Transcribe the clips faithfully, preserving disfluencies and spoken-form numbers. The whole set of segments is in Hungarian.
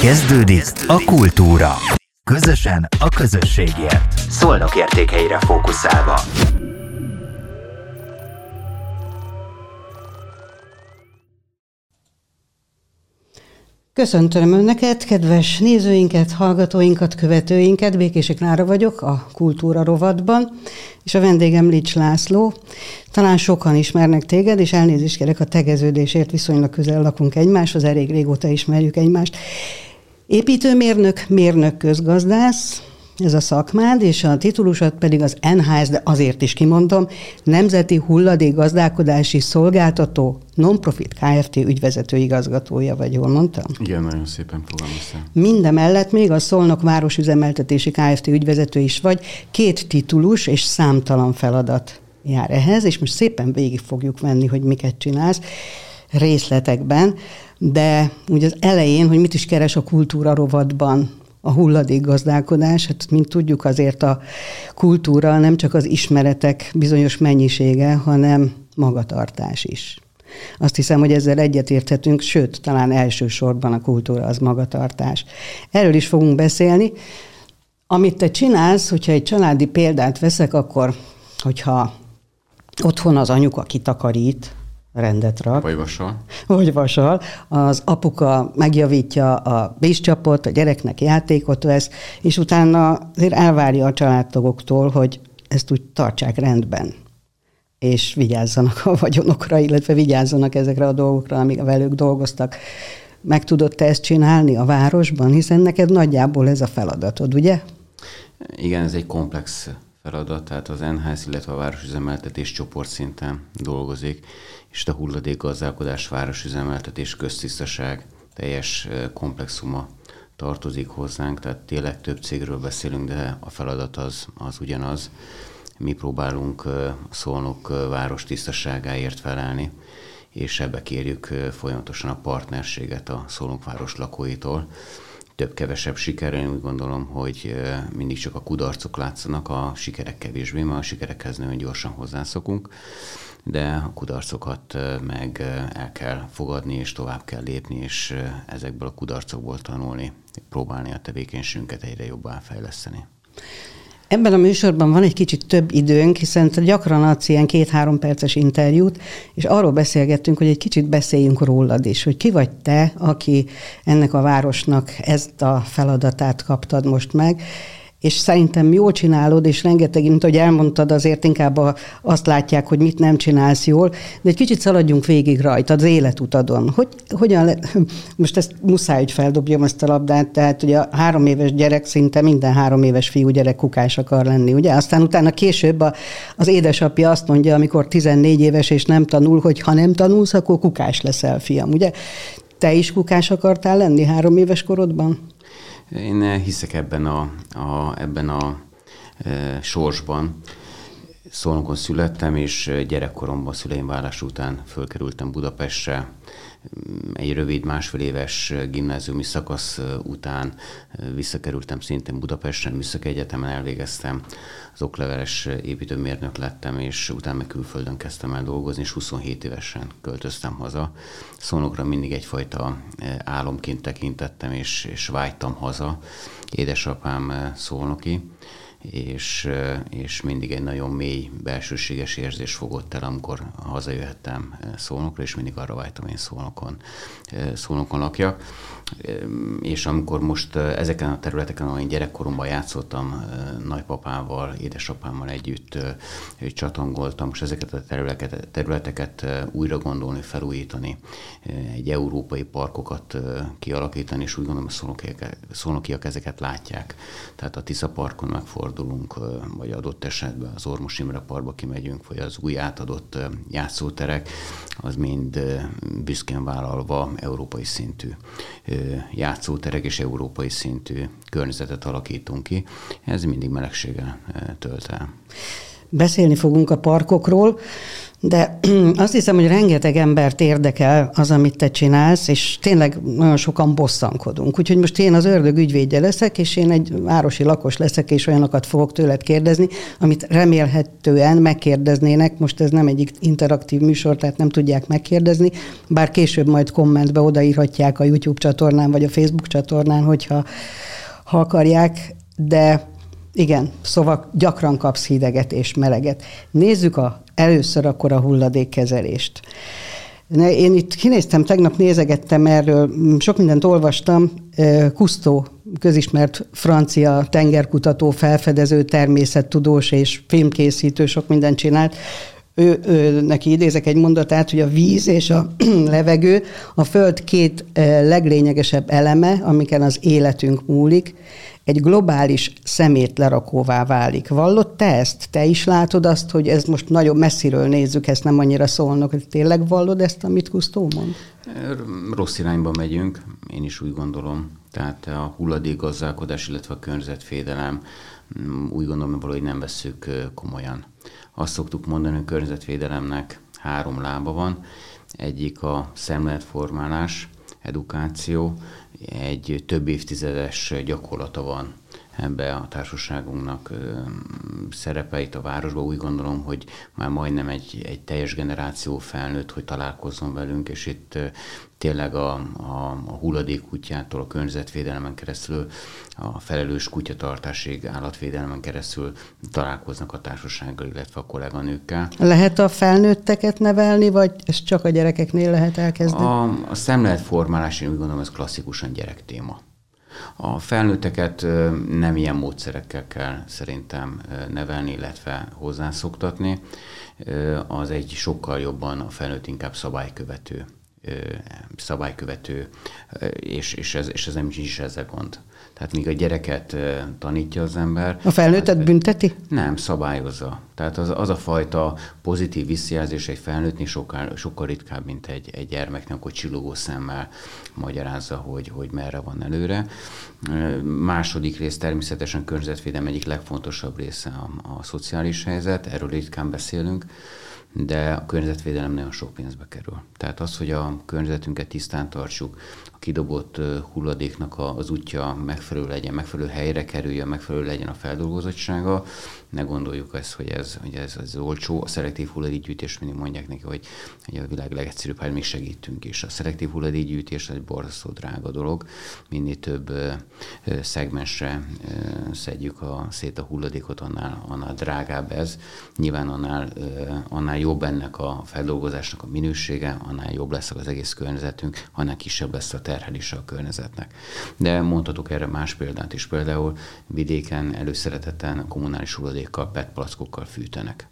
Kezdődik a kultúra. Közösen a közösségért. Szolnok értékeire fókuszálva. Köszöntöm Önöket, kedves nézőinket, hallgatóinkat, követőinket. Békési Klára vagyok a Kultúra rovatban, és a vendégem Lics László. Talán sokan ismernek téged, és elnézést kérek a tegeződésért, viszonylag közel lakunk egymáshoz, elég régóta ismerjük egymást. Építőmérnök, mérnök közgazdász, ez a szakmád, és a titulusod pedig az en há es, de azért is kimondom, Nemzeti Hulladékgazdálkodási Szolgáltató Non-Profit Kft. Ügyvezető igazgatója vagy, jól mondtam? Igen, nagyon szépen fogalmaztál. Mindemellett még a Szolnok Városüzemeltetési Kft. Ügyvezető is vagy, két titulus és számtalan feladat jár ehhez, és most szépen végig fogjuk venni, hogy miket csinálsz részletekben, de ugye az elején, hogy mit is keres a kultúra rovatban a hulladékgazdálkodás, hát mint tudjuk, azért a kultúra nem csak az ismeretek bizonyos mennyisége, hanem magatartás is. Azt hiszem, hogy ezzel egyetérthetünk, sőt, talán elsősorban a kultúra az magatartás. Erről is fogunk beszélni. Amit te csinálsz, hogyha egy családi példát veszek, akkor, hogyha otthon az anyuka kitakarít, rendet rak. Vagy vasal. Vagy vasal. Az apuka megjavítja a vízcsapot, a gyereknek játékot vesz, és utána azért elvárja a családtagoktól, hogy ezt úgy tartsák rendben, és vigyázzanak a vagyonokra, illetve vigyázzanak ezekre a dolgokra, amik velük dolgoztak. Meg tudod te ezt csinálni a városban? Hiszen neked nagyjából ez a feladatod, ugye? Igen, ez egy komplex feladat, tehát az en há es, illetve a városüzemeltetés csoportszinten dolgozik, és a hulladékgazdálkodás, városüzemeltetés, köztisztaság teljes komplexuma tartozik hozzánk, tehát tényleg több cégről beszélünk, de a feladat az, az ugyanaz. Mi próbálunk Szolnok város tisztaságáért felelni, és ebbe kérjük folyamatosan a partnerséget a Szolnok város lakóitól. Több-kevesebb sikerrel, én úgy gondolom, hogy mindig csak a kudarcok látszanak, a sikerek kevésbé, mert a sikerekhez nagyon gyorsan hozzászokunk, de a kudarcokat meg el kell fogadni, és tovább kell lépni, és ezekből a kudarcokból tanulni, próbálni a tevékenységünket egyre jobban fejleszteni. Ebben a műsorban van egy kicsit több időnk, hiszen gyakran adsz ilyen két-három perces interjút, és arról beszélgettünk, hogy egy kicsit beszéljünk rólad is, hogy ki vagy te, aki ennek a városnak ezt a feladatát kaptad most meg, és szerintem jól csinálod, és rengeteg, mint ahogy elmondtad, azért inkább a, azt látják, hogy mit nem csinálsz jól, de egy kicsit szaladjunk végig rajtad, az életutadon. Hogy, hogyan le, most ezt muszáj, hogy feldobjam ezt a labdát, tehát ugye a három éves gyerek, szinte minden három éves fiúgyerek kukás akar lenni, ugye? Aztán utána később a, az édesapja azt mondja, amikor tizennégy éves és nem tanul, hogy ha nem tanulsz, akkor kukás leszel, fiam, ugye? Te is kukás akartál lenni három éves korodban? Én hiszek ebben a, a, ebben a e, sorsban. Szolnokon születtem, és gyerekkoromban, szüleim válása után fölkerültem Budapestre. Egy rövid másfél éves gimnáziumi szakasz után visszakerültem szintén Budapestre, Műszaki Egyetemen elvégeztem, az okleveles építőmérnök lettem, és utána meg külföldön kezdtem el dolgozni, és huszonhét évesen költöztem haza. Szolnokra mindig egyfajta álomként tekintettem, és, és vágytam haza. Édesapám szolnoki, és, és mindig egy nagyon mély belsőséges érzés fogott el, amikor hazajöhettem Szolnokra, és mindig arra vágytam, én Szolnokon, Szolnokon lakjak. És amikor most ezeken a területeken, ahol én gyerekkoromban játszottam, nagypapával, édesapámmal együtt csatangoltam, és ezeket a területeket, területeket újra gondolni, felújítani, egy európai parkokat kialakítani, és úgy gondolom, a szolnokiak ezeket látják. Tehát a Tisza parkon megfordulunk, vagy adott esetben az Ormos Imre parkba kimegyünk, vagy az új átadott játszóterek, az mind büszkén vállalva európai szintű játszóterek és európai szintű környezetet alakítunk ki. Ez mindig melegséggel tölt el. Beszélni fogunk a parkokról. De azt hiszem, hogy rengeteg embert érdekel az, amit te csinálsz, és tényleg nagyon sokan bosszankodunk. Úgyhogy most én az ördög ügyvédje leszek, és én egy városi lakos leszek, és olyanokat fogok tőled kérdezni, amit remélhetően megkérdeznének. Most ez nem egy interaktív műsor, tehát nem tudják megkérdezni, bár később majd kommentbe odaírhatják a YouTube csatornán, vagy a Facebook csatornán, hogyha ha akarják, de igen, szóval gyakran kapsz hideget és meleget. Nézzük a, először akkor a hulladékkezelést. Én itt kinéztem, tegnap nézegettem erről, sok mindent olvastam. Cousteau, közismert francia tengerkutató, felfedező, természettudós és filmkészítő, sok mindent csinált. Ő, ő, neki idézek egy mondatát, hogy a víz és a levegő a Föld két leglényegesebb eleme, amiken az életünk múlik, egy globális szemétlerakóvá válik. Vallott te ezt? Te is látod azt, hogy ez most nagyon messziről nézzük, ezt nem annyira szólnak, hogy tényleg vallod ezt, amit Cousteau mond? Rossz irányba megyünk, én is úgy gondolom. Tehát a hulladékgazdálkodás, illetve a környezetvédelem úgy gondolom, hogy nem vesszük komolyan. Azt szoktuk mondani, hogy a környezetvédelemnek három lába van. Egyik a szemléletformálás, edukáció, egy több évtizedes gyakorlata van ebbe a társaságunknak szerepeit a városban. Úgy gondolom, hogy már majdnem egy, egy teljes generáció felnőtt, hogy találkozzon velünk, és itt tényleg a, a, a hulladék kutyától, a környezetvédelemen keresztül, a felelős kutyatartásig, állatvédelemen keresztül találkoznak a társasággal, illetve a kolléganőkkel. Lehet a felnőtteket nevelni, vagy ez csak a gyerekeknél lehet elkezdeni? A, a szemléletformálás, én úgy gondolom, ez klasszikusan gyerektéma. A felnőtteket nem ilyen módszerekkel kell szerintem nevelni, illetve hozzászoktatni. Az egy sokkal jobban a felnőtt inkább szabálykövető, szabálykövető és, és, ez, és ez nem is ezzel gond. Tehát míg a gyereket tanítja az ember. A felnőttet az, bünteti? Nem, szabályozza. Tehát az, az a fajta pozitív visszajelzés egy felnőttnél sokkal, sokkal ritkább, mint egy, egy gyermeknek, akkor csillogó szemmel magyarázza, hogy, hogy merre van előre. Második rész természetesen környezetvédelem egyik legfontosabb része a, a szociális helyzet, erről ritkán beszélünk, de a környezetvédelem nagyon sok pénzbe kerül. Tehát az, hogy a környezetünket tisztán tartsuk, a kidobott hulladéknak az útja megfelelő legyen, megfelelő helyre kerüljön, megfelelő legyen a feldolgozottsága, ne gondoljuk ezt, hogy ez, hogy ez, ez olcsó. A szelektív hulladékgyűjtés, mindig mondják neki, hogy, hogy a világ legegyszerűbb, hát még segítünk is. A szelektív hulladékgyűjtés egy borzasztó drága dolog, minél több szegmensre szedjük a, szét a hulladékot, annál, annál drágább ez. Nyilván annál, annál jobb ennek a feldolgozásnak a minősége, annál jobb lesz az egész környezetünk, annál kisebb lesz a terhelése a környezetnek. De mondhatok erre más példát is. Például vidéken előszeretetten a kommunális hulladékkal, pé é té palackokkal fűtenek.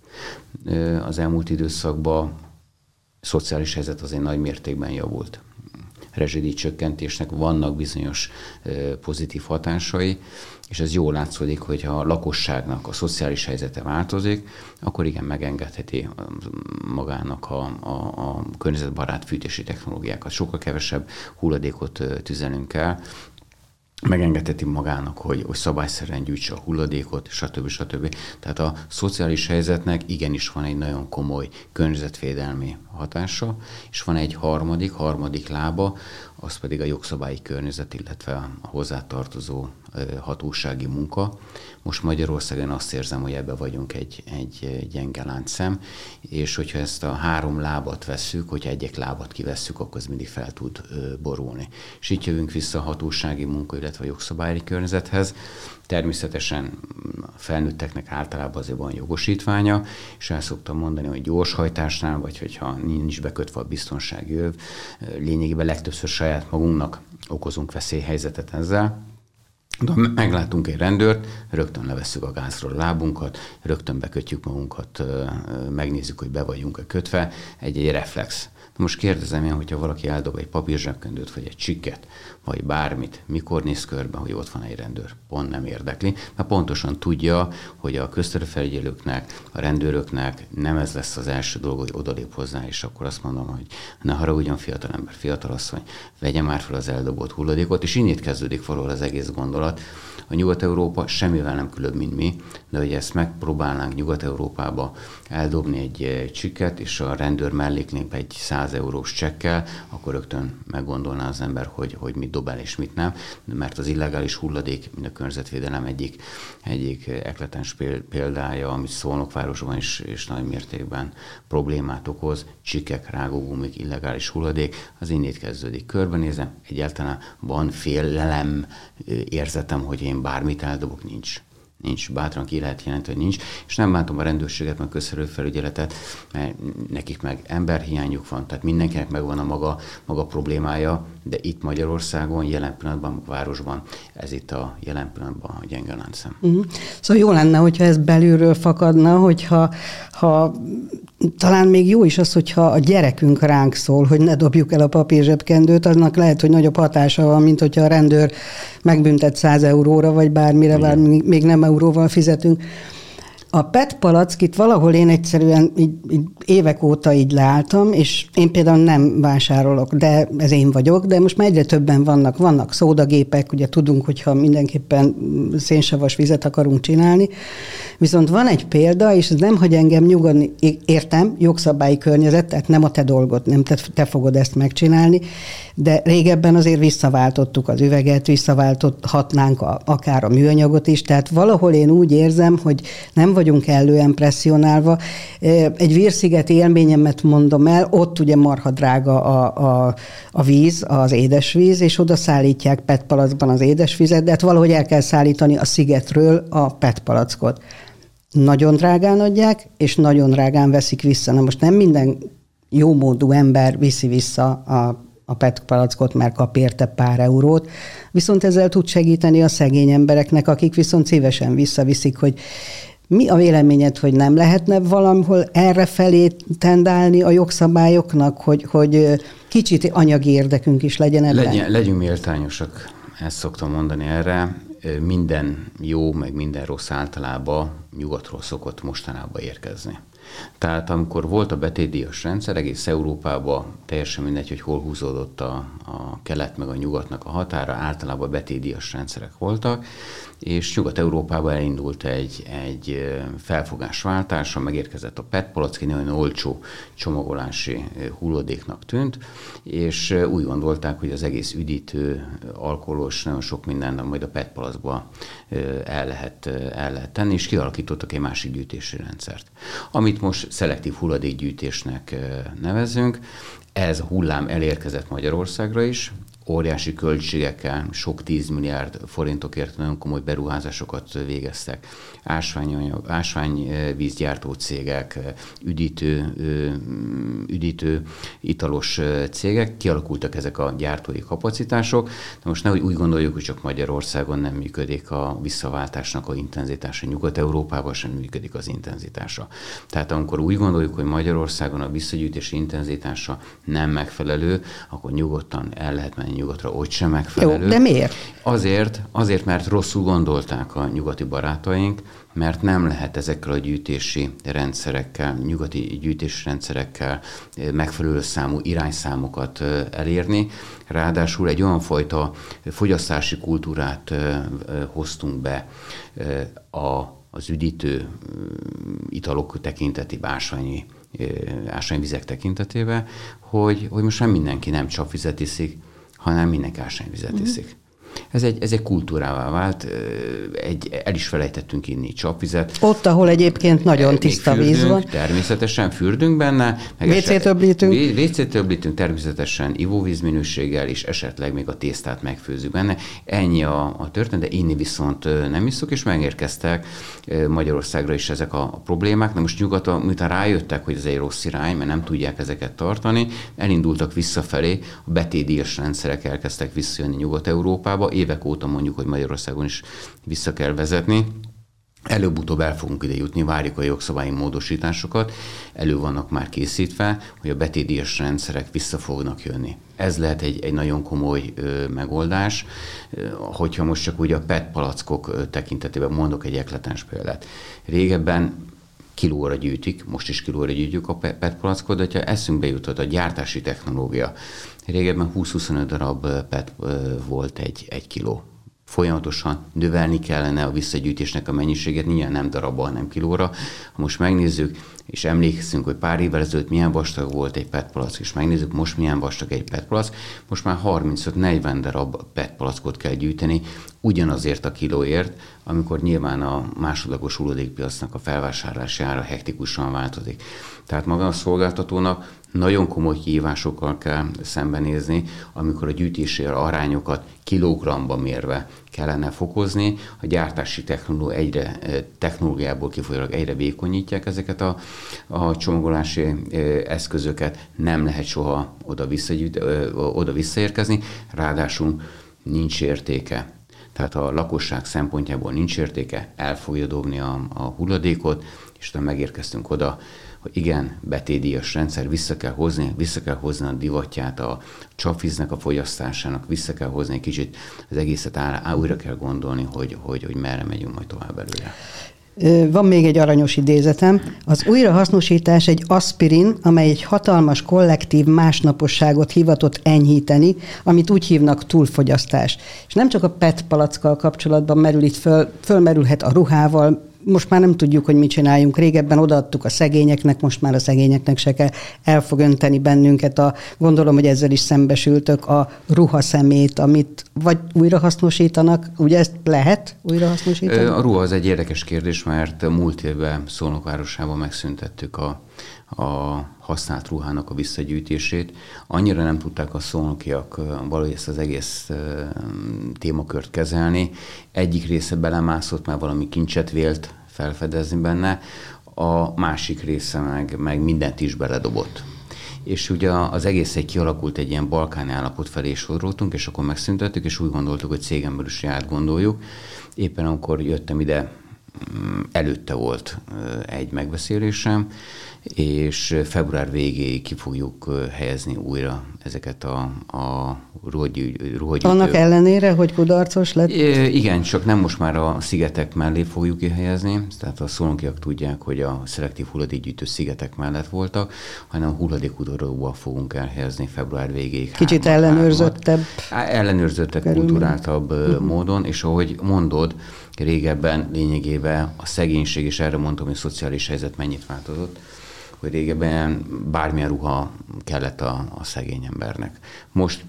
Az elmúlt időszakban a szociális helyzet azért nagy mértékben javult. Rezsidíj csökkentésnek vannak bizonyos pozitív hatásai, és ez jól látszódik, hogyha a lakosságnak a szociális helyzete változik, akkor igen, megengedheti magának a, a, a környezetbarát fűtési technológiákat. Sokkal kevesebb hulladékot tüzelünk el, megengedheti magának, hogy, hogy szabályszerűen gyűjtse a hulladékot, stb. stb. Tehát a szociális helyzetnek igenis van egy nagyon komoly környezetvédelmi hatása, és van egy harmadik, harmadik lába, az pedig a jogszabályi környezet, illetve a hozzátartozó hatósági munka. Most Magyarországon azt érzem, hogy ebbe vagyunk egy, egy gyenge láncszem, és hogyha ezt a három lábat vesszük, hogyha egyik lábat kivesszük, akkor ez mindig fel tud borulni. És itt jövünk vissza a hatósági munka, illetve a jogszabályi környezethez. Természetesen a felnőtteknek általában azért van jogosítványa, és el szoktam mondani, hogy gyorshajtásnál, vagy hogyha nincs bekötve a biztonsági öv, lényegében legtöbbször saját magunknak okozunk veszélyhelyzetet ezzel. De meglátunk egy rendőrt, rögtön levesszük a gázról a lábunkat, rögtön bekötjük magunkat, megnézzük, hogy be vagyunk-e kötve, egy, egy reflex. Most kérdezem én, hogyha valaki eldob egy papírzsebkendőt, vagy egy csikket, vagy bármit, mikor néz körbe, hogy ott van egy rendőr. Pont nem érdekli, mert pontosan tudja, hogy a közterületfelügyelőknek, a rendőröknek nem ez lesz az első dolog, hogy odalép hozzá, és akkor azt mondom, hogy ne haragudjon, fiatalember, fiatalasszony, vegye már fel az eldobott hulladékot, és innét kezdődik valahol az egész gondolat. A Nyugat-Európa semmivel nem különb, mint mi, de hogy ezt megpróbálnánk Nyugat-Európába eldobni egy csikket, és a rendőr melléklép egy száz eurós csekkel, akkor rögtön meggondolná az ember, hogy, hogy mit dob el és mit nem, mert az illegális hulladék, mint a környezetvédelem egyik, egyik ekletens példája, amit Szolnokvárosban is és nagy mértékben problémát okoz, csikkek, rágógumik, illegális hulladék, az innét kezdődik. Körbenézem, egyáltalán van félelem érzetem, hogy én bármit eldobok, nincs. Nincs. Bátran ki lehet jelenteni, hogy nincs. És nem bántom a rendőrséget, meg közszerűfelügyeletet, mert nekik meg emberhiányuk van, tehát mindenkinek megvan a maga, maga problémája, de itt Magyarországon, jelen pillanatban, a városban, ez itt a jelen pillanatban a gyenge láncszem. Uh-huh. Szóval jó lenne, hogyha ez belülről fakadna, hogyha ha, talán még jó is az, hogyha a gyerekünk ránk szól, hogy ne dobjuk el a papírzsebkendőt, aznak lehet, hogy nagyobb hatása van, mint hogyha a rendőr megbüntet száz euróra, vagy bármire, bár még nem euróval fizetünk. A pé é té palackit valahol én egyszerűen így, így évek óta így leálltam, és én például nem vásárolok, de ez én vagyok, de most már egyre többen vannak. Vannak szódagépek, ugye tudunk, hogyha mindenképpen szénsavas vizet akarunk csinálni, viszont van egy példa, és ez nem hagy engem nyugodni, értem, jogszabályi környezet, tehát nem a te dolgod, nem te, te fogod ezt megcsinálni, de régebben azért visszaváltottuk az üveget, visszaválthatnánk a, akár a műanyagot is, tehát valahol én úgy érzem, hogy nem vagyunk kellően presszionálva. Egy Vír-szigeti élményemet mondom el, ott ugye marha drága a, a, a víz, az édesvíz, és oda szállítják pé é té palackban az édesvizet, de hát valahogy el kell szállítani a szigetről a pé é té palackot. Nagyon drágán adják, és nagyon drágán veszik vissza. Na most nem minden jómódú ember viszi vissza a a pé é té palackot, mert kap érte pár eurót, viszont ezzel tud segíteni a szegény embereknek, akik viszont szívesen visszaviszik, hogy mi a véleményed, hogy nem lehetne valamihol erre felé tendálni a jogszabályoknak, hogy, hogy kicsit anyagi érdekünk is legyen ebben? Legyen, legyünk méltányosak, ezt szoktam mondani erre. Minden jó, meg minden rossz általában nyugatról szokott mostanában érkezni. Tehát amikor volt a betétdíjas rendszer, egész Európában teljesen mindegy, hogy hol húzódott a, a kelet meg a nyugatnak a határa, általában betétdíjas rendszerek voltak, és Nyugat-Európában elindult egy, egy felfogásváltás, megérkezett a pé é té palack, nagyon olcsó csomagolási hulladéknak tűnt, és úgy gondolták, hogy az egész üdítő, alkoholos, nagyon sok minden majd a pé é té palackba el lehet, el lehet tenni, és kialakítottak egy másik gyűjtési rendszert, amit most szelektív hulladékgyűjtésnek nevezünk. Ez a hullám elérkezett Magyarországra is, óriási költségekkel, sok tízmilliárd forintokért nagyon komoly beruházásokat végeztek. Ásványanyag, ásványvízgyártó cégek, üdítő, üdítő, italos cégek, kialakultak ezek a gyártói kapacitások. De most nehogy úgy gondoljuk, hogy csak Magyarországon nem működik a visszaváltásnak a intenzitása, Nyugat-Európában sem működik az intenzitása. Tehát amikor úgy gondoljuk, hogy Magyarországon a visszagyűjtési intenzitása nem megfelelő, akkor nyugodtan el lehet menni nyugatra, hogy sem megfelelő. Jó, de miért? Azért, azért, mert rosszul gondolták a nyugati barátaink, mert nem lehet ezekkel a gyűjtési rendszerekkel, nyugati gyűjtési rendszerekkel megfelelő számú irányszámokat elérni. Ráadásul egy olyan fajta fogyasztási kultúrát hoztunk be a, az üdítő italok tekintetében, ásványi, ásványvizek tekintetében, hogy, hogy most nem mindenki nem csapvizet iszik, hanem mindenki ásványvizet iszik. Mm. Ez egy, ez egy kultúrává vált, egy, el is felejtettünk inni csapvizet. Ott, ahol egyébként nagyon tiszta fürdünk, víz van. Természetesen fürdünk benne. vé cét öblítünk. vé cét öblítünk, természetesen ivóvízminőséggel, és esetleg még a tésztát megfőzzük benne. Ennyi a, a történet, de inni viszont nem isszuk, és megérkeztek Magyarországra is ezek a, a problémák. Na most nyugaton, miután rájöttek, hogy ez egy rossz irány, mert nem tudják ezeket tartani, elindultak visszafelé, a betétdíjas rendszerek elkezdtek visszajönni Nyugat-Európába. Évek óta mondjuk, hogy Magyarországon is vissza kell vezetni. Előbb-utóbb el fogunk ide jutni, várjuk a jogszabályi módosításokat, elő vannak már készítve, hogy a betétdíjas rendszerek vissza fognak jönni. Ez lehet egy, egy nagyon komoly ö, megoldás, hogyha most csak úgy a pé é té palackok ö, tekintetében mondok egy ekletens példát. Régebben kilóra gyűjtik, most is kilóra gyűjtjük a pé é té palackot, de ha eszünkbe jutott a gyártási technológia, régebben húsz-huszonöt darab pé é té volt egy, egy kiló. Folyamatosan növelni kellene a visszagyűjtésnek a mennyiséget, nyilván nem darabban, nem kilóra. Ha most megnézzük, és emlékszünk, hogy pár évvel ezelőtt milyen vastag volt egy pé é té palack, és megnézzük, most milyen vastag egy pé é té palack, most már harmincöt-negyven darab pé é té palackot kell gyűjteni, ugyanazért a kilóért, amikor nyilván a másodlagos hulladékpiacnak a felvásárlási ára hektikusan változik. Tehát maga a szolgáltatónak nagyon komoly kihívásokkal kell szembenézni, amikor a gyűjtési arányokat kilogramban mérve kellene fokozni. A gyártási technológia egyre, technológiából kifolyólag egyre vékonyítják ezeket a, a csomagolási eszközöket, nem lehet soha oda, oda visszaérkezni, ráadásul nincs értéke. Tehát a lakosság szempontjából nincs értéke, el fogja dobni a, a hulladékot, és utána megérkeztünk oda, hogy igen, betétdíjas rendszer, vissza kell hozni, vissza kell hozni a divatját a csapvíznek a fogyasztásának, vissza kell hozni egy kicsit az egészet, áll, újra kell gondolni, hogy, hogy, hogy merre megyünk majd tovább előre. Van még egy aranyos idézetem. Az újrahasznosítás egy aspirin, amely egy hatalmas kollektív másnaposságot hivatott enyhíteni, amit úgy hívnak túlfogyasztás. És nem csak a pé é té palackkal kapcsolatban merül itt föl, fölmerülhet a ruhával, most már nem tudjuk, hogy mit csináljunk. Régebben odaadtuk a szegényeknek, most már a szegényeknek se kell, el fog önteni bennünket. A, gondolom, hogy ezzel is szembesültök, a ruhaszemét, amit vagy újrahasznosítanak, ugye ezt lehet újrahasznosítani? A ruha az egy érdekes kérdés, mert múlt évben Szolnok városában megszüntettük a, a használt ruhának a visszagyűjtését. Annyira nem tudták a szolnokiak valahogy ezt az egész témakört kezelni. Egyik része belemászott, már valami kincset vélt felfedezni benne, a másik része meg, meg mindent is beledobott. És ugye az egész egy kialakult egy ilyen balkáni állapot felé sodródtunk, és akkor megszüntettük, és úgy gondoltuk, hogy cégen belül is átgondoljuk. Éppen amikor jöttem ide, előtte volt egy megbeszélésem, és február végéig ki fogjuk helyezni újra ezeket a, a ruhagyűjtő. Annak ellenére, hogy kudarcos lett? Igen, csak nem most már a szigetek mellé fogjuk kihelyezni, tehát a szolnokiak tudják, hogy a szelektív hulladékgyűjtő szigetek mellett voltak, hanem a hulladékudorokba fogunk elhelyezni február végéig. Kicsit hármat, ellenőrzöttebb. Hármat. Ellenőrzöttebb, kulturáltabb uh-huh. módon, és ahogy mondod, régebben lényegében a szegénység, és erre mondtam, hogy a szociális helyzet mennyit változott, hogy régebben bármilyen ruha kellett a, a szegény embernek. Most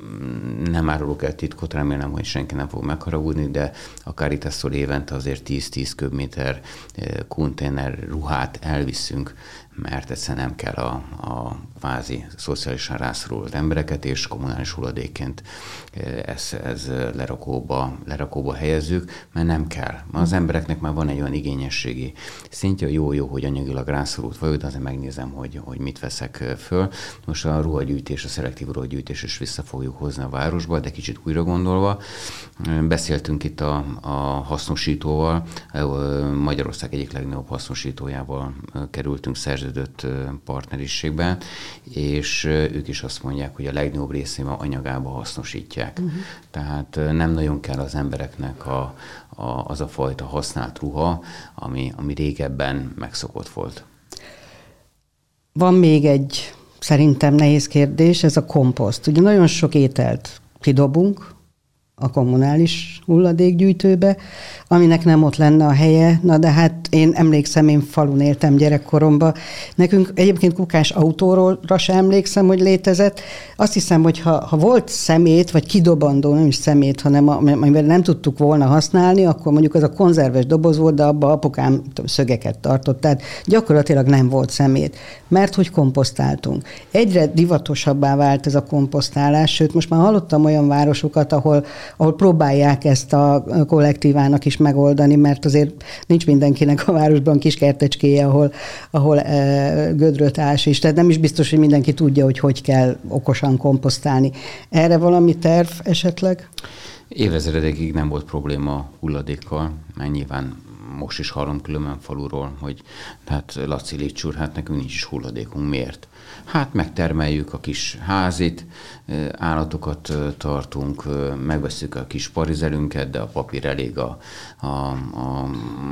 nem árulok el titkot, remélem, hogy senki nem fog megharagudni, de a Caritas-tól évente azért tíz-tíz köbméter konténer ruhát elviszünk, mert egyszerűen nem kell a, a kvázi szociálisan rászorult embereket, és kommunális hulladékként ez, ez lerakóba, lerakóba helyezzük, mert nem kell. Az embereknek már van egy olyan igényességi szintje, jó-jó, hogy anyagilag rászorult vagyok, de azért megnézem, hogy, hogy mit veszek föl. Most a ruhagyűjtés, a szelektív ruhagyűjtés is vissza fogjuk hozni a városba, de kicsit újra gondolva. Beszéltünk itt a, a hasznosítóval, Magyarország egyik legnagyobb hasznosítójával kerültünk szerződött partneriségben, és ők is azt mondják, hogy a legnagyobb részében anyagába hasznosítják. Uh-huh. Tehát nem nagyon kell az embereknek a, a, az a fajta használt ruha, ami, ami régebben megszokott volt. Van még egy szerintem nehéz kérdés, ez a komposzt. Ugye nagyon sok ételt kidobunk a kommunális hulladékgyűjtőbe, aminek nem ott lenne a helye. Na de hát én emlékszem, én falun éltem gyerekkoromban. Nekünk egyébként kukás autóról sem emlékszem, hogy létezett. Azt hiszem, hogy ha, ha volt szemét, vagy kidobandó, nem is szemét, hanem amivel nem tudtuk volna használni, akkor mondjuk az a konzerves doboz volt, de abban apukám szögeket tartott. Tehát gyakorlatilag nem volt szemét, mert hogy komposztáltunk. Egyre divatosabbá vált ez a komposztálás, sőt most már hallottam olyan városokat, ahol ahol próbálják ezt a kollektívának is megoldani, mert azért nincs mindenkinek a városban kis kertecskéje, ahol, ahol e, gödröt ás is. Tehát nem is biztos, hogy mindenki tudja, hogy hogy kell okosan komposztálni. Erre valami terv esetleg? Évezredekig nem volt probléma hulladékkal, mert nyilván most is hallom különben faluról, hogy hát Laci, légy úr, hát nekünk nincs is hulladékunk, miért? Hát megtermeljük a kis házit, állatokat tartunk, megveszünk a kis parizelünket, de a papír elég a, a, a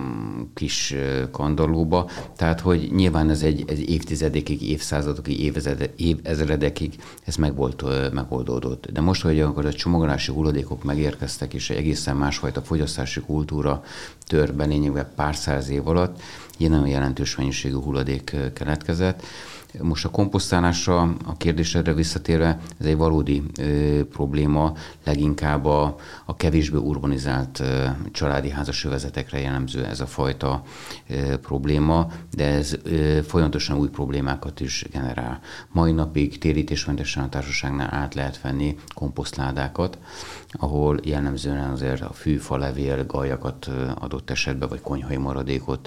kis kandallóba. Tehát, hogy nyilván ez egy, egy évtizedekig, évszázadokig, évezredekig ez meg volt, megoldódott. De most, hogy akkor a csomagolási hulladékok megérkeztek, és egy egészen másfajta fogyasztási kultúra tör be lényegben pár száz év alatt, ilyen nagyon jelentős mennyiségű hulladék keletkezett. Most a komposztálásra, a kérdésedre visszatérve, ez egy valódi ö, probléma, leginkább a, a kevésbé urbanizált ö, családi házasövezetekre jellemző ez a fajta ö, probléma, de ez ö, folyamatosan új problémákat is generál. Mai napig térítésmentesen a társaságnál át lehet venni komposztládákat, ahol jellemzően azért a fű, fa, levél, gajakat adott esetben, vagy konyhai maradékot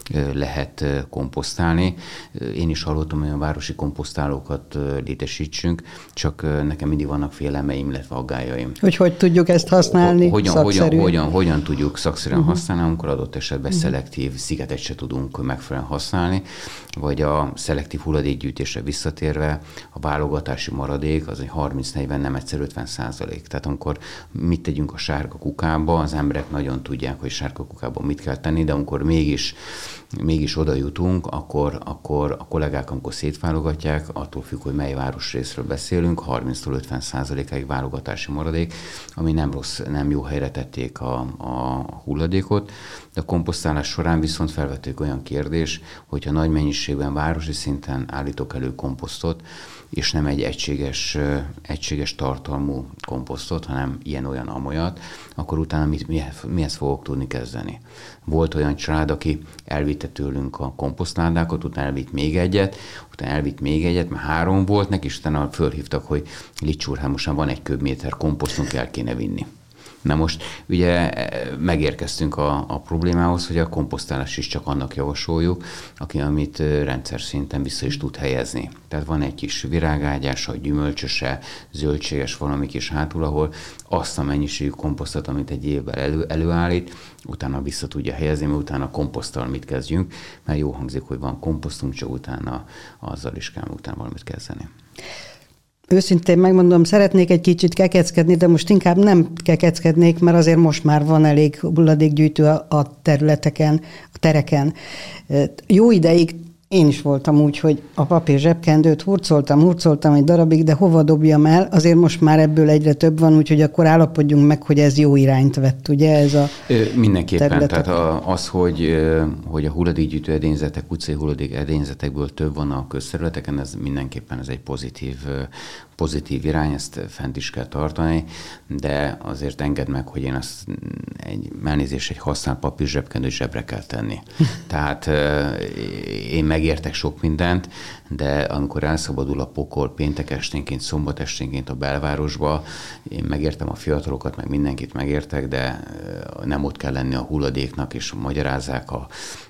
lehet komposztálni. Én is hallottam, hogy a városi komposztálókat létesítsünk, csak nekem mindig vannak félelmeim, illetve aggájaim. Hogy hogy tudjuk ezt használni hogyan, szakszerűen? Hogyan, hogyan, hogyan tudjuk szakszerűen uh-huh. használni, amikor adott esetben uh-huh. szelektív szigetet se tudunk megfelelően használni, vagy a szelektív hulladékgyűjtésre visszatérve a válogatási maradék az egy harminc-negyven, nem egyszer ötven százalék. Tehát amikor mit tegyünk a sárga kukába, az emberek nagyon tudják, hogy sárga kukában mit kell tenni, de amikor mégis, mégis oda jutunk, akkor, akkor a kollégák, amikor szétválogatják, attól függ, hogy mely városrészről beszélünk, harminctól ötven százalékáig válogatási maradék, ami nem rossz, nem jó helyre tették a, a hulladékot, de a komposztálás során viszont felvetődik olyan kérdés, hogyha nagy mennyiségben városi szinten állítok elő komposztot, és nem egy egységes, egységes tartalmú komposztot, hanem ilyen-olyan amolyat, akkor utána mit, mihez, mihez fogok tudni kezdeni. Volt olyan család, aki elvitte tőlünk a komposztládákat, utána elvitt még egyet, utána elvitt még egyet, mert három volt neki, és utána fölhívtak, hogy Lics, hát most van egy köbméter komposztunk, el kéne vinni. Na most ugye megérkeztünk a, a problémához, hogy a komposztálás is csak annak javasoljuk, aki amit rendszer szinten vissza is tud helyezni. Tehát van egy kis virágágyása, gyümölcsöse, zöldséges valami kis hátul, ahol azt a mennyiségű komposztot, amit egy évben elő, előállít, utána vissza tudja helyezni, mert utána a komposzttal mit kezdjünk, mert jó hangzik, hogy van komposztunk, csak utána azzal is kell utána valamit kezdeni. Őszintén megmondom, szeretnék egy kicsit kekeckedni, de most inkább nem kekeckednék, mert azért most már van elég hulladékgyűjtő a területeken, a tereken. Jó ideig én is voltam úgy, hogy a papír zsebkendőt hurcoltam, hurcoltam egy darabig, de hova dobjam el, azért most már ebből egyre több van, úgyhogy akkor állapodjunk meg, hogy ez jó irányt vett, ugye ez a Mindenképpen, területek. tehát az, hogy, hogy a hulladékgyűjtő edényzetek, utcai hulladék edényzetekből több van a közterületeken, ez mindenképpen ez egy pozitív, pozitív irány, ezt fent is kell tartani, de azért engedd meg, hogy én azt egy elnézést, egy használt papír zsebkendőt zsebre kell tenni. Tehát én megértek sok mindent, de amikor elszabadul a pokol péntek esténként, szombat esténként a belvárosba, én megértem a fiatalokat, meg mindenkit megértek, de nem ott kell lenni a hulladéknak, és magyarázzák a,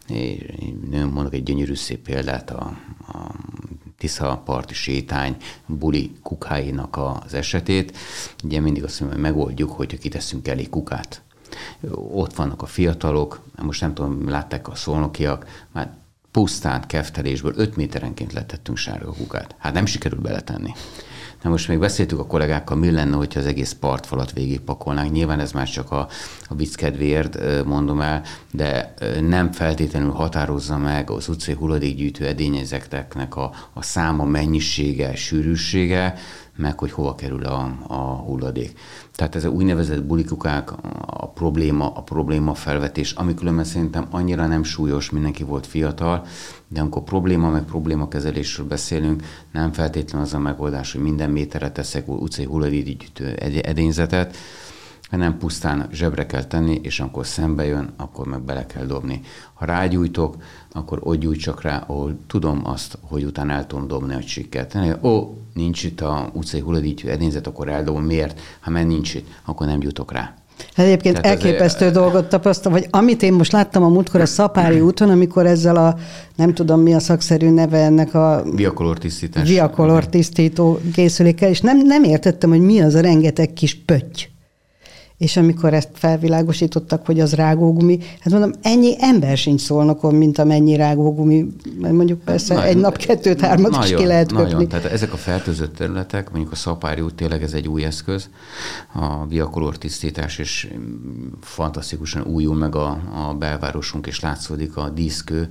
én mondok egy gyönyörű szép példát, a, a Tisza parti sétány buli kukáinak az esetét. Ugye mindig azt mondom, hogy megoldjuk, hogyha kiteszünk elég kukát. Ott vannak a fiatalok, most nem tudom, látták a szolnokiak, már pusztán keftelésből öt méterenként letettünk sárga kukát. Hát nem sikerült beletenni. Na most még beszéltük a kollégákkal, mi lenne, hogyha az egész partfalat végigpakolnánk. Nyilván ez már csak a, a vicc kedvéért mondom el, de nem feltétlenül határozza meg az utcai hulladékgyűjtő edényezeteknek a, a száma, mennyisége, sűrűsége, meg hogy hova kerül a, a hulladék. Tehát ez a úgynevezett bulikukák a probléma, a probléma felvetés, ami különben szerintem annyira nem súlyos, mindenki volt fiatal, de amikor probléma meg problémakezelésről beszélünk, nem feltétlenül az a megoldás, hogy minden méterre teszek utcai hulladékgyűjtő edényzetet, hanem pusztán zsebre kell tenni, és amikor szembe jön, akkor meg bele kell dobni. Ha rágyújtok, akkor ott gyújtsak rá, ahol tudom azt, hogy utána el tudom dobni a csikket. Ó, nincs itt a utcai hulladékgyűjtő edényzet, akkor eldobom. Miért? Ha mert nincs itt, akkor nem gyújtok rá. Egyébként tehát elképesztő azért dolgot tapasztaltam, vagy amit én most láttam a múltkor a Szapári úton, amikor ezzel a, nem tudom mi a szakszerű neve ennek a Viacolor tisztítás. Viacolor tisztító készülékkel, és nem, nem értettem, hogy mi az a rengeteg kis pötty. És amikor ezt felvilágosítottak, hogy az rágógumi, hát mondom, ennyi ember sincs Szolnokon, mint amennyi rágógumi, mondjuk persze nagyon, egy nap kettőt, hármat nagyon, is ki lehet köpni. Nagyon, tehát ezek a fertőzött területek, mondjuk a Szapári út tényleg ez egy új eszköz, a viakolor tisztítás, és fantasztikusan újul meg a, a belvárosunk, és látszódik a díszkő,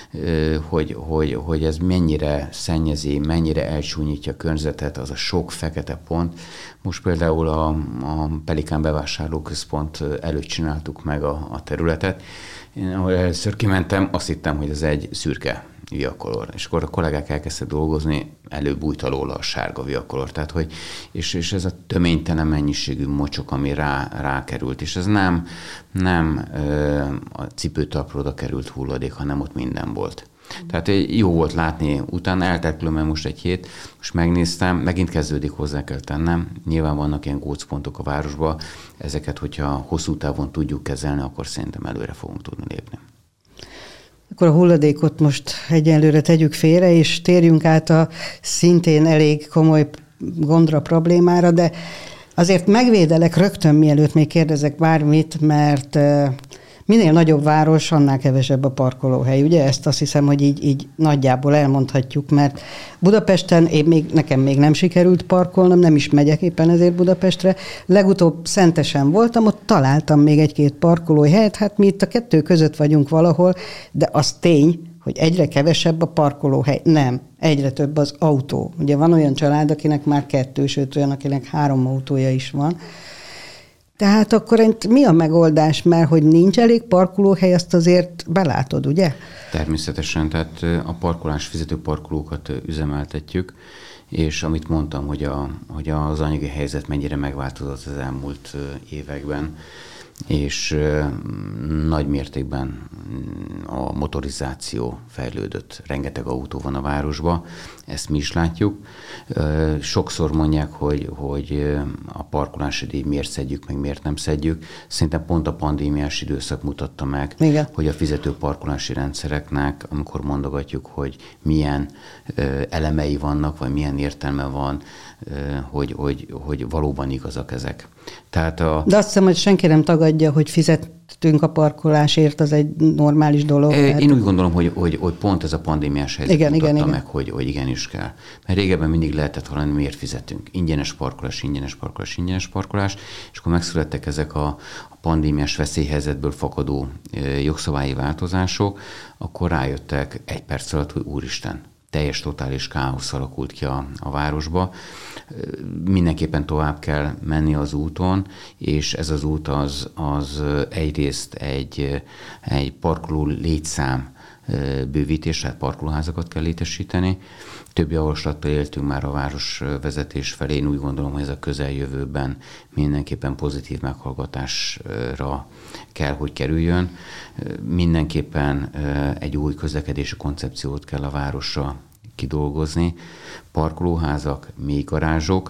hogy, hogy, hogy ez mennyire szennyezi, mennyire elcsúnyítja a környezetet, az a sok fekete pont. Most például a, a Pelikán bevásárlóközpont előtt csináltuk meg a, a területet. Én, ahol először kimentem, azt hittem, hogy ez egy szürke viakolor. És akkor a kollégák elkezdtek dolgozni, előbújt alól a sárga viakolor. Tehát, hogy, és, és ez a töménytelen mennyiségű mocsok, ami rá, rákerült. És ez nem, nem a cipőtalpra oda került hulladék, hanem ott minden volt. Tehát jó volt látni, utána eltelt különben most egy hét, most megnéztem, megint kezdődik, hozzá kell tennem. Nyilván vannak ilyen gócpontok a városban, ezeket, hogyha hosszú távon tudjuk kezelni, akkor szerintem előre fogunk tudni lépni. Akkor a hulladékot most egyelőre tegyük félre, és térjünk át a szintén elég komoly gondra, problémára, de azért megvédelek rögtön, mielőtt még kérdezek bármit, mert minél nagyobb város, annál kevesebb a parkolóhely. Ugye ezt azt hiszem, hogy így, így nagyjából elmondhatjuk, mert Budapesten én még, nekem még nem sikerült parkolnom, nem is megyek éppen ezért Budapestre. Legutóbb Szentesen voltam, ott találtam még egy-két parkolóhelyet, hát mi itt a kettő között vagyunk valahol, de az tény, hogy egyre kevesebb a parkolóhely. Nem, egyre több az autó. Ugye van olyan család, akinek már kettő, sőt olyan, akinek három autója is van. Tehát akkor mi a megoldás? Mert hogy nincs elég parkolóhely, azt azért belátod, ugye? Természetesen, tehát a parkolás, fizető parkolókat üzemeltetjük, és amit mondtam, hogy, a, hogy az anyagi helyzet mennyire megváltozott az elmúlt években, és nagy mértékben a motorizáció fejlődött. Rengeteg autó van a városban, ezt mi is látjuk. Sokszor mondják, hogy, hogy a parkolási díj miért szedjük, meg miért nem szedjük. Szerintem pont a pandémiás időszak mutatta meg, igen, hogy a fizető parkolási rendszereknek, amikor mondogatjuk, hogy milyen elemei vannak, vagy milyen értelme van, hogy, hogy, hogy valóban igazak ezek. Tehát a... De azt hiszem, hogy senki nem tagadja, hogy fizettünk a parkolásért, az egy normális dolog. Én tehát... úgy gondolom, hogy, hogy, hogy pont ez a pandémiás helyzet igen, mutatta igen, meg, igen. Hogy, hogy igenis kell. Mert régebben mindig lehetett hallani, miért fizetünk. Ingyenes parkolás, ingyenes parkolás, ingyenes parkolás, és akkor megszülettek ezek a, a pandémiás veszélyhelyzetből fakadó jogszabályi változások, akkor rájöttek egy perc alatt, hogy úristen, teljes, totális káosz alakult ki a, a városba. Mindenképpen tovább kell menni az úton, és ez az út az, az egyrészt egy, egy parkoló létszám bővítés, tehát parkolóházakat kell létesíteni. Több javaslattal éltünk már a városvezetés felé. Én úgy gondolom, hogy ez a közeljövőben mindenképpen pozitív meghallgatásra kell, hogy kerüljön. Mindenképpen egy új közlekedési koncepciót kell a városra kidolgozni. Parkolóházak, mély garázsok,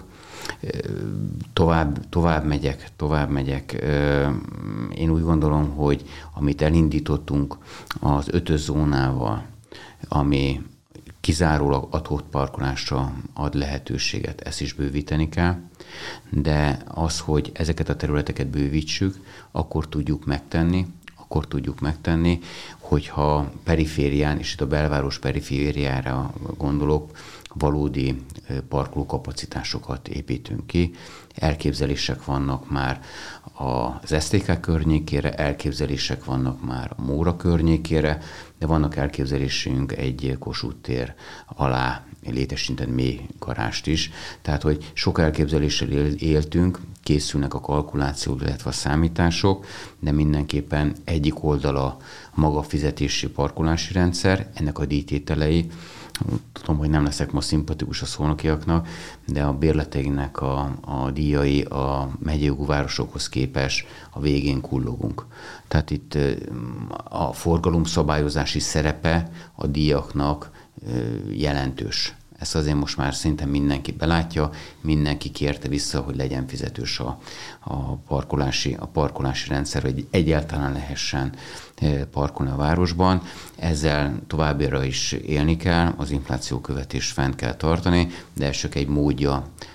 tovább, tovább megyek, tovább megyek. Én úgy gondolom, hogy amit elindítottunk az ötös zónával, ami kizárólag adott parkolásra ad lehetőséget, ezt is bővíteni kell, de az, hogy ezeket a területeket bővítsük, akkor tudjuk megtenni, akkor tudjuk megtenni, hogyha periférián, és itt a belváros perifériára gondolok, valódi parkolókapacitásokat építünk ki. Elképzelések vannak már az es té ká környékére, elképzelések vannak már a Móra környékére, de vannak elképzelésünk egy Kossuth tér alá létesített mély garást is. Tehát, hogy sok elképzeléssel éltünk, készülnek a kalkulációk, illetve a számítások, de mindenképpen egyik oldala maga fizetési parkolási rendszer, ennek a díjtételei. Tudom, hogy nem leszek ma szimpatikus a szolnokiaknak, de a bérleteinknek a, a díjai a megyei városokhoz képest a végén kullogunk. Tehát itt a forgalomszabályozási szerepe a díjaknak jelentős. Ezt azért most már szinte mindenki belátja, mindenki kérte vissza, hogy legyen fizetős a, a, parkolási, a parkolási rendszer, hogy egyáltalán lehessen parkolni a városban. Ezzel továbbra is élni kell, az inflációkövetést fent kell tartani, de ez csak egy módja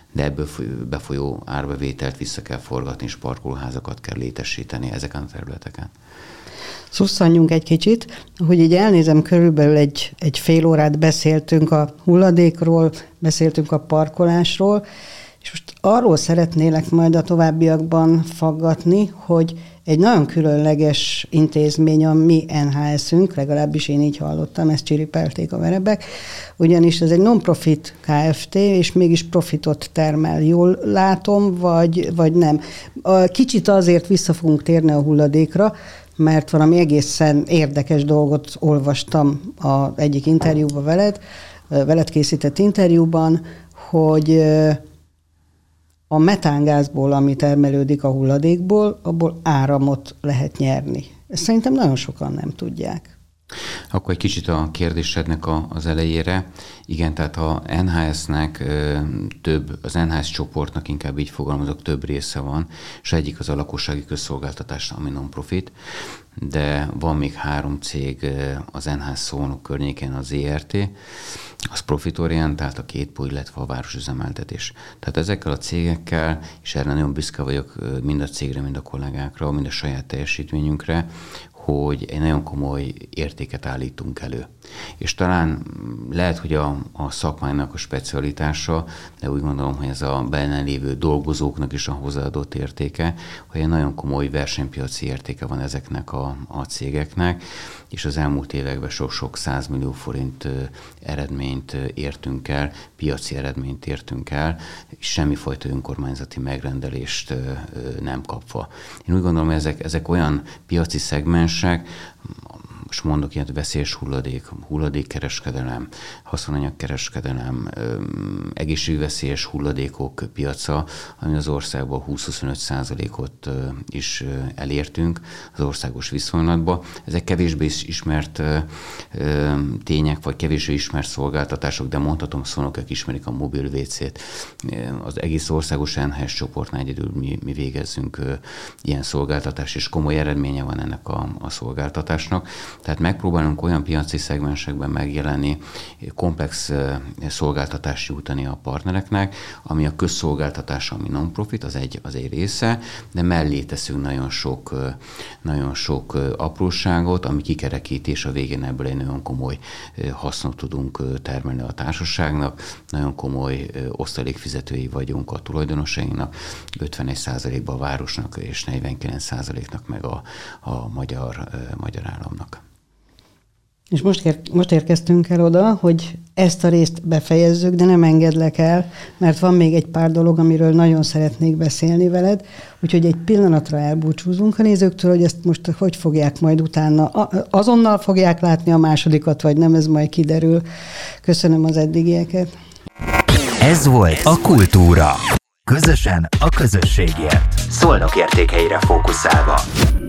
de ebből befolyó árbevételt vissza kell forgatni, és parkolóházakat kell létesíteni ezeken a területeken. Szusszanjunk egy kicsit, hogy így elnézem, körülbelül egy, egy fél órát beszéltünk a hulladékról, beszéltünk a parkolásról, és most arról szeretnélek majd a továbbiakban faggatni, hogy egy nagyon különleges intézmény a mi en há es-ünk, legalábbis én így hallottam, ezt csiripelték a verebek, ugyanis ez egy non-profit Kft., és mégis profitot termel. Jól látom, vagy, vagy nem? Kicsit azért vissza fogunk térni a hulladékra, mert valami egészen érdekes dolgot olvastam az egyik interjúban veled, veled készített interjúban, hogy a metángázból, ami termelődik a hulladékból, abból áramot lehet nyerni. Ezt szerintem nagyon sokan nem tudják. Akkor egy kicsit a kérdésednek a, az elejére. Igen, tehát a en há es-nek több, az en há es csoportnak inkább így fogalmazok, több része van, és egyik az a lakossági közszolgáltatás, ami non-profit, de van még három cég az en há es Szolnok környékén, az zé er té, az profitorientált, a Kétpó, illetve a városüzemeltetés. Tehát ezekkel a cégekkel, és erre nagyon büszke vagyok mind a cégre, mind a kollégákra, mind a saját teljesítményünkre, hogy egy nagyon komoly értéket állítunk elő. És talán lehet, hogy a, a szakmának a specialitása, de úgy gondolom, hogy ez a benne lévő dolgozóknak is a hozzáadott értéke, hogy egy nagyon komoly versenypiaci értéke van ezeknek a, a cégeknek, és az elmúlt években sok-sok százmillió forint eredményt értünk el, piaci eredményt értünk el, és semmifajta önkormányzati megrendelést nem kapva. Én úgy gondolom, hogy ezek, ezek olyan piaci szegmensek, most mondok ilyet, veszélyes hulladék, hulladékkereskedelem, haszonanyagkereskedelem, egészségveszélyes hulladékok piaca, ami az országban húsz-huszonöt százalékot is elértünk az országos viszonylatban. Ezek kevésbé ismert tények, vagy kevésbé ismert szolgáltatások, de mondhatom, Szolnokok ismerik a mobil vécét. Az egész országos en há es csoportnál egyedül mi, mi végezzünk ilyen szolgáltatást, és komoly eredménye van ennek a, a szolgáltatásnak. Tehát megpróbálunk olyan piaci szegmensekben megjelenni, komplex szolgáltatást nyújtani a partnereknek, ami a közszolgáltatás, ami non-profit, az egy, az egy része, de mellé teszünk nagyon sok, nagyon sok apróságot, ami kikerekíti, és a végén ebből egy nagyon komoly hasznot tudunk termelni a társaságnak, nagyon komoly osztalékfizetői vagyunk a tulajdonosainknak, ötvenegy százalékban a városnak, és negyvenkilenc százaléknak meg a, a magyar, magyar államnak. És most, ér, most érkeztünk el oda, hogy ezt a részt befejezzük, de nem engedlek el, mert van még egy pár dolog, amiről nagyon szeretnék beszélni veled, úgyhogy egy pillanatra elbúcsúzunk a nézőktől, hogy ezt most hogy fogják majd utána, azonnal fogják látni a másodikat, vagy nem, ez majd kiderül. Köszönöm az eddigieket. Ez volt a Kultúra. Közösen a közösségért. Szolnok értékeire fókuszálva.